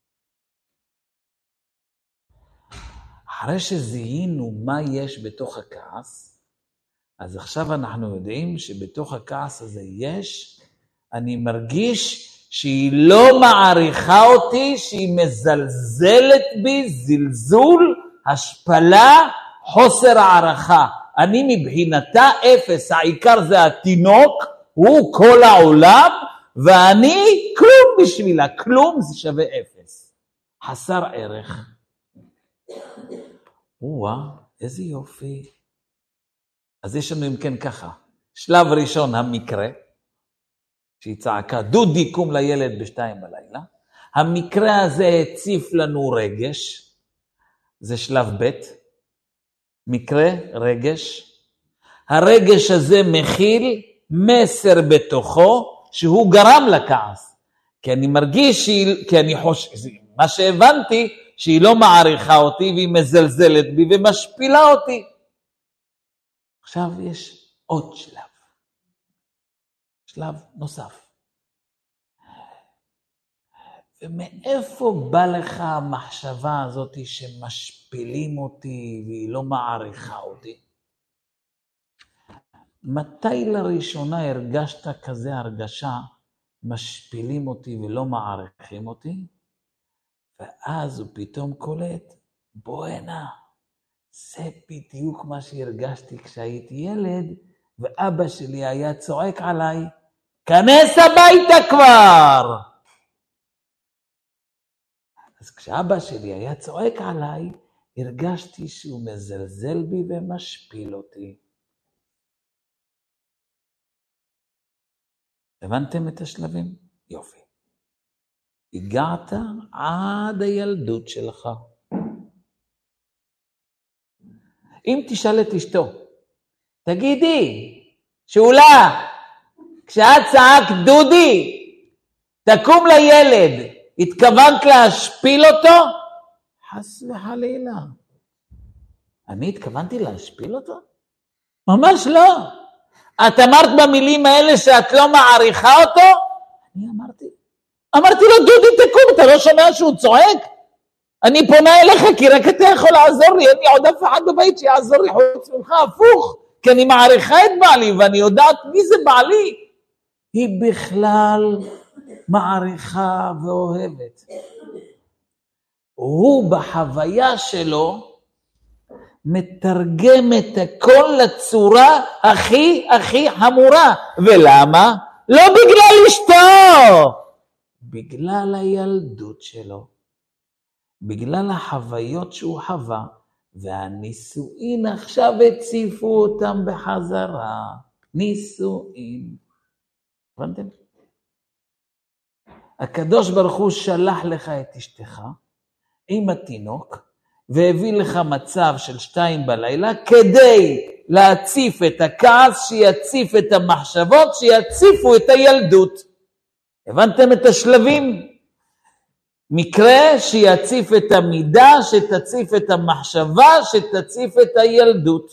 אחרי שזיהינו מה יש בתוך הכעס, אז עכשיו אנחנו יודעים שבתוך הכעס הזה יש, אני מרגיש שהיא לא מעריכה אותי, שהיא מזלזלת בי, זלזול, השפלה, חוסר הערכה. אני מבחינתה אפס, העיקר זה התינוק, הוא כל העולם, ואני כלום בשבילה, כלום זה שווה אפס. חסר ערך. וואה, איזה יופי. אז יש לנו אם כן ככה, שלב ראשון המקרה, שהיא צעקה, דודי קום לילד בשתיים בלילה, המקרה הזה הציף לנו רגש, זה שלב ב', מקרה, רגש, הרגש הזה מכיל מסר בתוכו, שהוא גרם לכעס, כי אני מרגיש, שהיא, כי אני חושב, מה שהבנתי, שהיא לא מעריכה אותי, והיא מזלזלת בי ומשפילה אותי. עכשיו יש עוד שלב, שלב נוסף. ומאיפה בא לך המחשבה הזאת שמשפילים אותי והיא לא מעריכה אותי? מתי לראשונה הרגשת כזה הרגשה, משפילים אותי ולא מעריכים אותי? ואז הוא פתאום קולט, בוא הנה. זה בדיוק מה שהרגשתי כשהייתי ילד, ואבא שלי היה צועק עליי, כנס הביתה כבר! אז כשאבא שלי היה צועק עליי, הרגשתי שהוא מזלזל בי ומשפיל אותי. הבנתם את השלבים? יופי. הגעת עד הילדות שלך. אם תשאל את אשתו, תגידי, שאולה, כשאת צעק דודי, תקום לילד, התכוונת להשפיל אותו? חס וחלילה. אני התכוונתי להשפיל אותו? ממש לא. את אמרת במילים האלה שאת לא מעריכה אותו? אני אמרתי, אמרתי לו דודי תקום, אתה לא שומע שהוא צועק? אני פונה אליך כי רק אתה יכול לעזור לי, אין לי עוד אף אחד בבית שיעזור לי חוץ ממך, הפוך, כי אני מעריכה את בעלי ואני יודעת מי זה בעלי. היא בכלל מעריכה ואוהבת. הוא בחוויה שלו מתרגם את הכל לצורה הכי הכי חמורה. ולמה? לא בגלל אשתו, בגלל הילדות שלו. בגלל החוויות שהוא חווה, והנישואין עכשיו הציפו אותם בחזרה. נישואין. הבנתם? הקדוש ברוך הוא שלח לך את אשתך עם התינוק, והביא לך מצב של שתיים בלילה, כדי להציף את הכעס, שיציף את המחשבות, שיציפו את הילדות. הבנתם את השלבים? מקרה שיציף את המידה, שתציף את המחשבה, שתציף את הילדות.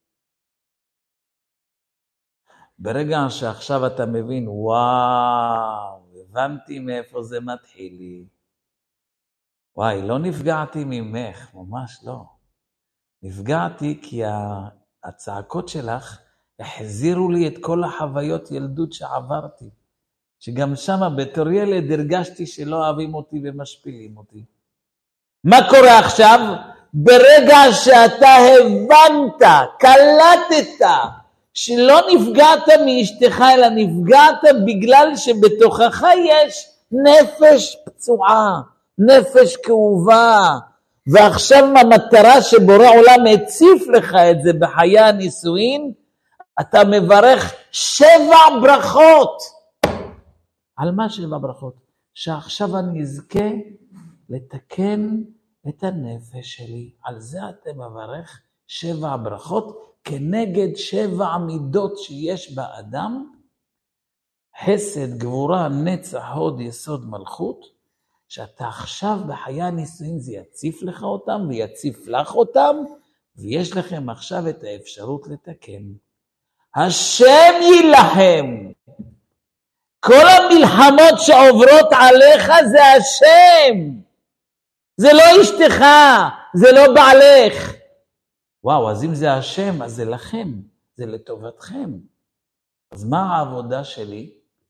ברגע שעכשיו אתה מבין, וואו, הבנתי מאיפה זה מתחיל לי. וואי, לא נפגעתי ממך, ממש לא. נפגעתי כי הצעקות שלך החזירו לי את כל החוויות ילדות שעברתי. שגם שם בתור ילד הרגשתי שלא אוהבים אותי ומשפילים אותי. מה קורה עכשיו? ברגע שאתה הבנת, קלטת, שלא נפגעת מאשתך, אלא נפגעת בגלל שבתוכך יש נפש פצועה, נפש כאובה, ועכשיו המטרה שבורא עולם הציף לך את זה בחיי הנישואין, אתה מברך שבע ברכות. על מה שבע ברכות? שעכשיו אני אזכה לתקן את הנפש שלי. על זה אתה מברך שבע ברכות, כנגד שבע מידות שיש באדם, חסד, גבורה, נצח, הוד, יסוד, מלכות, שאתה עכשיו בחיי הנישואין זה יציף לך אותם ויציף לך אותם, ויש לכם עכשיו את האפשרות לתקן. השם יילחם. כל המלחמות שעוברות עליך זה השם. זה לא אשתך, זה לא בעלך. וואו, אז אם זה השם, אז זה לכם, זה לטובתכם. אז מה העבודה שלי?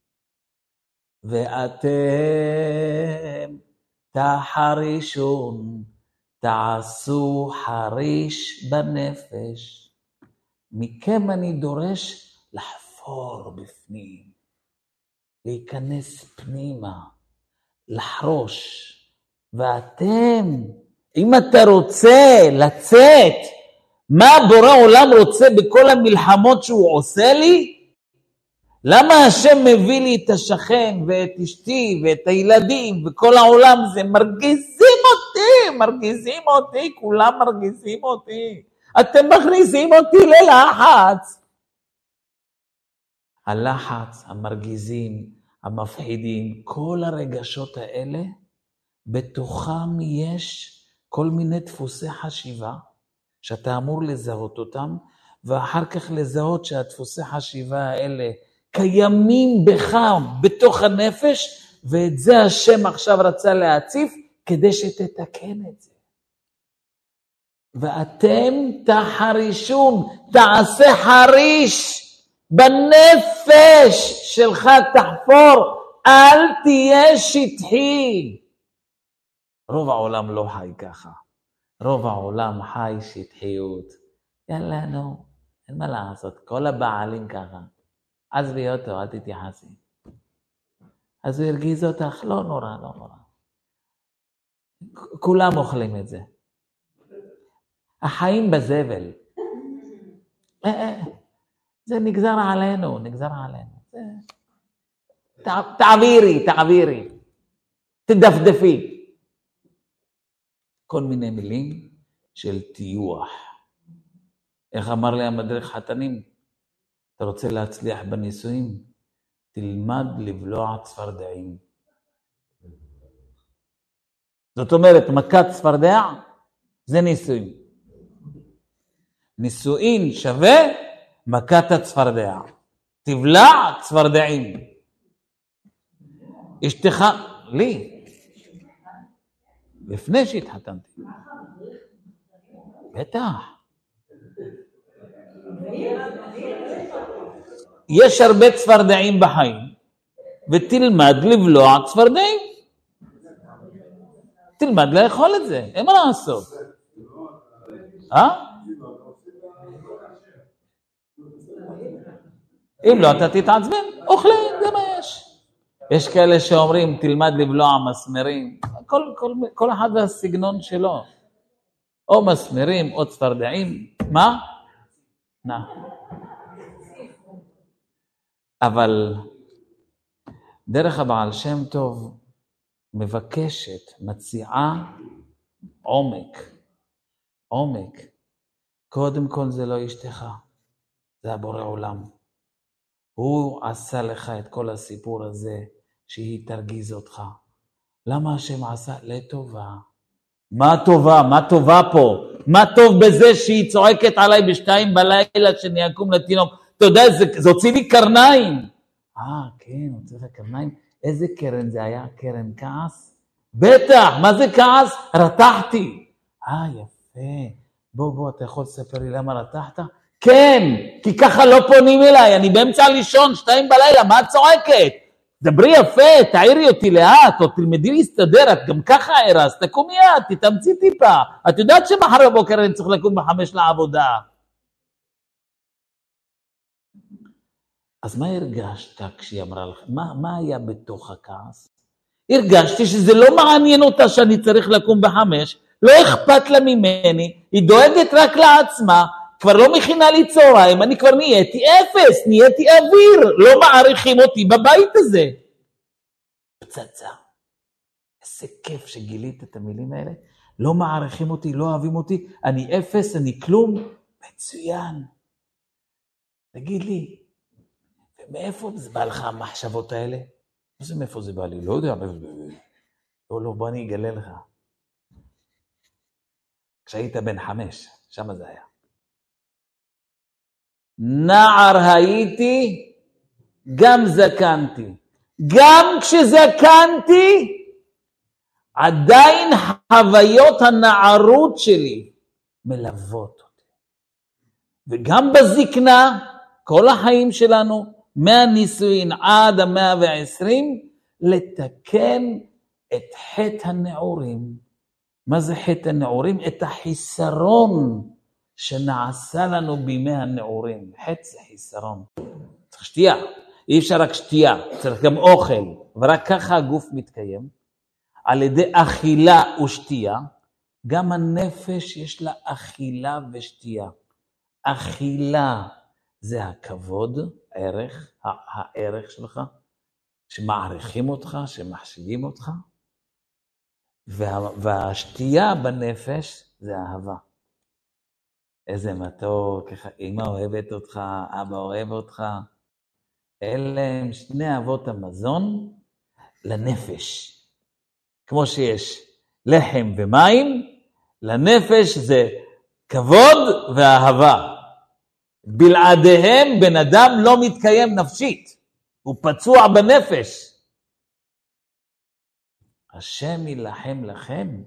ואתם תחרישון, תעשו חריש בנפש. מכם אני דורש לחפור בפנים, להיכנס פנימה, לחרוש. ואתם, אם אתה רוצה לצאת, מה בורא עולם רוצה בכל המלחמות שהוא עושה לי? למה השם מביא לי את השכן ואת אשתי ואת הילדים וכל העולם זה? מרגיזים אותי, מרגיזים אותי, כולם מרגיזים אותי. אתם מכניסים אותי ללחץ. הלחץ, המרגיזים, המפחידים, כל הרגשות האלה, בתוכם יש כל מיני דפוסי חשיבה, שאתה אמור לזהות אותם, ואחר כך לזהות שהדפוסי חשיבה האלה קיימים בך, בתוך הנפש, ואת זה השם עכשיו רצה להציף, כדי שתתקן את זה. ואתם תחרישון, תעשה חריש בנפש שלך, תחפור, אל תהיה שטחי. רוב העולם לא חי ככה. רוב העולם חי שטחיות. יאללה, נו, אין מה לעשות, כל הבעלים ככה. עזבי אותו, אל תתייחסי. אז הוא הרגיז אותך, לא נורא, לא נורא. כולם אוכלים את זה. החיים בזבל. זה נגזר עלינו, נגזר עלינו. תעבירי, תעבירי. תדפדפי. כל מיני מילים של טיוח. איך אמר לי המדריך חתנים? אתה רוצה להצליח בנישואים? תלמד לבלוע צפרדעים. זאת אומרת, מכת צפרדע זה נישואים. נישואין שווה מכת הצפרדע. תבלע צפרדעים. אשתך, לי. לפני שהתחתנתי. בטח. יש הרבה צפרדעים בחיים, ותלמד לבלוע צפרדעים. תלמד לאכול את זה, אין מה לעשות. אה? אם לא, אתה תתעצבן, אוכלים, זה מה יש. יש כאלה שאומרים, תלמד לבלוע מסמרים. כל, כל, כל אחד והסגנון שלו. או מסמרים, או צפרדעים. מה? נא. אבל דרך הבעל שם טוב מבקשת, מציעה עומק. עומק. קודם כל זה לא אשתך. זה הבורא עולם. הוא עשה לך את כל הסיפור הזה, שהיא תרגיז אותך. למה השם עשה? לטובה. מה טובה? מה טובה פה? מה טוב בזה שהיא צועקת עליי בשתיים בלילה שאני אקום לתינוק? אתה יודע, זה, זה הוציא לי קרניים. אה, כן, הוציא לי קרניים. איזה קרן זה היה? קרן כעס? בטח, מה זה כעס? רתחתי. אה, יפה. בוא, בוא, אתה יכול לספר לי למה רתחת? כן, כי ככה לא פונים אליי, אני באמצע לישון, שתיים בלילה, מה את צועקת? דברי יפה, תעירי אותי לאט, או תלמדי להסתדר, את גם ככה ערה, אז תקומי את, תתאמצי טיפה. את יודעת שמחר בבוקר אני צריך לקום בחמש לעבודה. אז מה הרגשת כשהיא אמרה לך? מה, מה היה בתוך הכעס? הרגשתי שזה לא מעניין אותה שאני צריך לקום בחמש, לא אכפת לה ממני, היא דואגת רק לעצמה, כבר לא מכינה לי צהריים, אני כבר נהייתי אפס, נהייתי אוויר, לא מעריכים אותי בבית הזה. פצצה. איזה כיף שגילית את המילים האלה. לא מעריכים אותי, לא אוהבים אותי, אני אפס, אני כלום. מצוין. תגיד לי, מאיפה זה בא לך המחשבות האלה? מה זה מאיפה זה בא לי? לא יודע. לא, לא, בוא אני אגלה לך. כשהיית בן חמש, שם זה היה. נער הייתי, גם זקנתי. גם כשזקנתי, עדיין חוויות הנערות שלי מלוות אותי. וגם בזקנה, כל החיים שלנו, מהנישואין עד המאה ועשרים, לתקן את חטא הנעורים. מה זה חטא הנעורים? את החיסרון שנעשה לנו בימי הנעורים. חטא זה חיסרון. צריך שתייה. אי אפשר רק שתייה, צריך גם אוכל. ורק ככה הגוף מתקיים. על ידי אכילה ושתייה, גם הנפש יש לה אכילה ושתייה. אכילה זה הכבוד, ערך, הערך שלך, שמעריכים אותך, שמחשיבים אותך. וה, והשתייה בנפש זה אהבה. איזה מתוק, ככה אמא אוהבת אותך, אבא אוהב אותך. אלה הם שני אבות המזון לנפש. כמו שיש לחם ומים, לנפש זה כבוד ואהבה. בלעדיהם בן אדם לא מתקיים נפשית, הוא פצוע בנפש. השם ילחם לכם,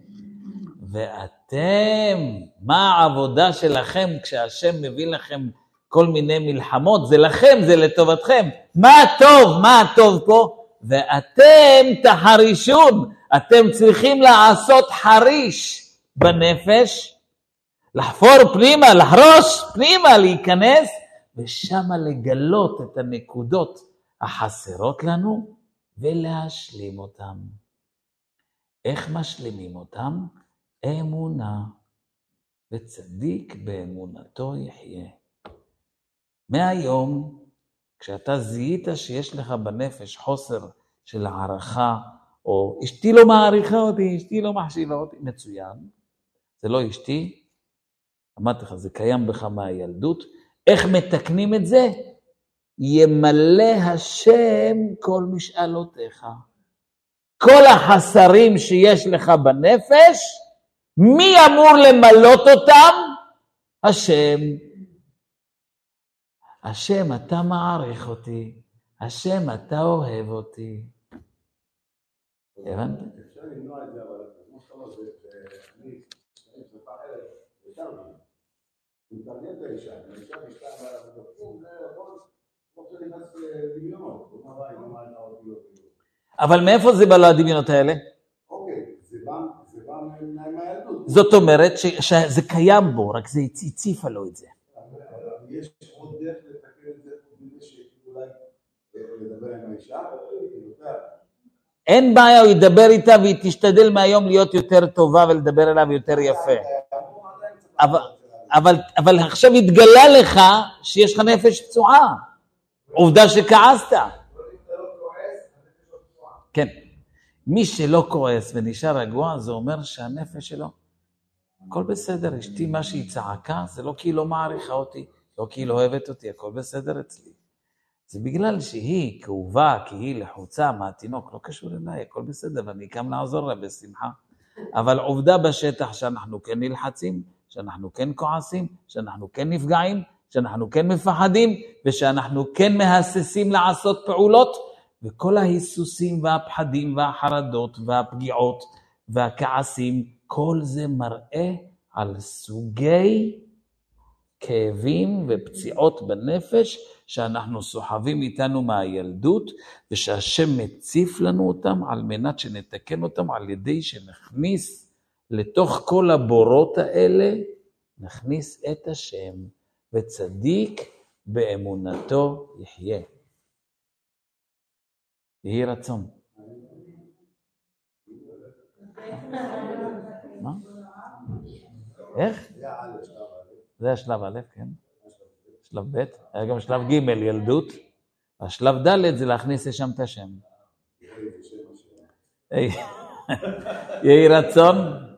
ואתם, מה העבודה שלכם כשהשם מביא לכם כל מיני מלחמות? זה לכם, זה לטובתכם. מה הטוב? מה הטוב פה? ואתם תחרישון, אתם צריכים לעשות חריש בנפש, לחפור פנימה, לחרוש פנימה, להיכנס, ושם לגלות את הנקודות החסרות לנו, ולהשלים אותם. איך משלימים אותם? אמונה, וצדיק באמונתו יחיה. מהיום, כשאתה זיהית שיש לך בנפש חוסר של הערכה, או אשתי לא מעריכה אותי, אשתי לא מחשיבה אותי, מצוין. זה לא אשתי, אמרתי לך, זה קיים בך מהילדות. איך מתקנים את זה? ימלא השם כל משאלותיך. כל החסרים שיש לך בנפש, מי אמור למלות אותם? השם. השם, אתה מעריך אותי. השם, אתה אוהב אותי. הבנת? אפשר למנוע את זה, אבל כמו שאתה אומר, אני, אני צריכה אחרת, ושרתי. אני מתרגל את האישה, אני אישה משתה על הדפור, זה יכול, כמו שנכנס דמיונות, הוא אמר, אני אמר, אני אמר, אבל מאיפה זה בא לדמיונות האלה? אוקיי, זה בא, זה בא מהילדות. זאת אומרת שזה קיים בו, רק זה הציפה לו את זה. יש עוד דרך לתקן את זה, בגלל שאולי לדבר עם האישה, אין בעיה, הוא ידבר איתה והיא תשתדל מהיום להיות יותר טובה ולדבר אליו יותר יפה. אבל, אבל, אבל עכשיו התגלה לך שיש לך נפש פצועה. עובדה שכעסת. כן. מי שלא כועס ונשאר רגוע, זה אומר שהנפש שלו, הכל בסדר, אשתי מה שהיא צעקה, זה לא כי היא לא מעריכה אותי, לא כי היא לא אוהבת אותי, הכל בסדר אצלי. זה בגלל שהיא כאובה, כי היא לחוצה מהתינוק, לא קשור אליי, הכל בסדר, ואני קם לעזור לה בשמחה. אבל עובדה בשטח שאנחנו כן נלחצים, שאנחנו כן כועסים, שאנחנו כן נפגעים, שאנחנו כן מפחדים, ושאנחנו כן מהססים לעשות פעולות, וכל ההיסוסים והפחדים והחרדות והפגיעות והכעסים, כל זה מראה על סוגי כאבים ופציעות בנפש, שאנחנו סוחבים איתנו מהילדות, ושהשם מציף לנו אותם על מנת שנתקן אותם על ידי שנכניס לתוך כל הבורות האלה, נכניס את השם, וצדיק באמונתו יחיה. יהי רצון. מה? איך? זה השלב א', כן. שלב ב', היה גם שלב ג', ילדות. השלב ד' זה להכניס לשם את השם. יהי רצון.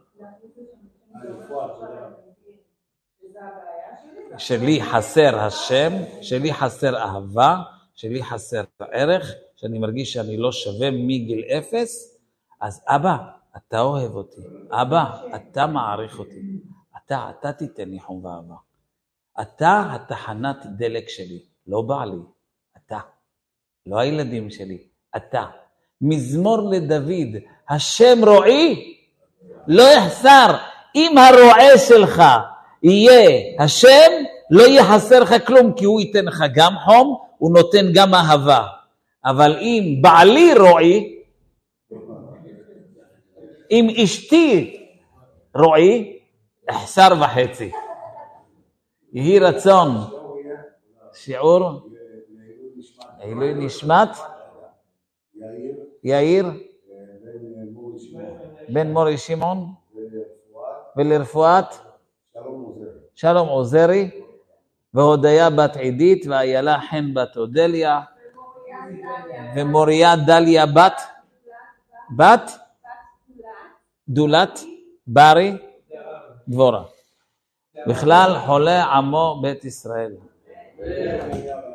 שלי חסר השם, שלי חסר אהבה, שלי חסר ערך, שאני מרגיש שאני לא שווה מגיל אפס, אז אבא, אתה אוהב אותי. אבא, אתה מעריך אותי. אתה, אתה תיתן לי חום ואהבה. אתה התחנת דלק שלי, לא בעלי. אתה, לא הילדים שלי. אתה. מזמור לדוד, השם רועי, לא יחסר. אם הרועה שלך יהיה השם, לא יחסר לך כלום, כי הוא ייתן לך גם חום, הוא נותן גם אהבה. אבל אם בעלי רועי, אם אשתי רועי, אחסר וחצי. יהי רצון. שיעור. עילוי נשמת. יאיר. בן מורי שמעון. ולרפואת. שלום עוזרי. והודיה בת עידית, ואיילה חן בת אודליה. ומוריה דליה בת. בת. דולת. ברי. דבורה. בכלל חולה עמו בית ישראל.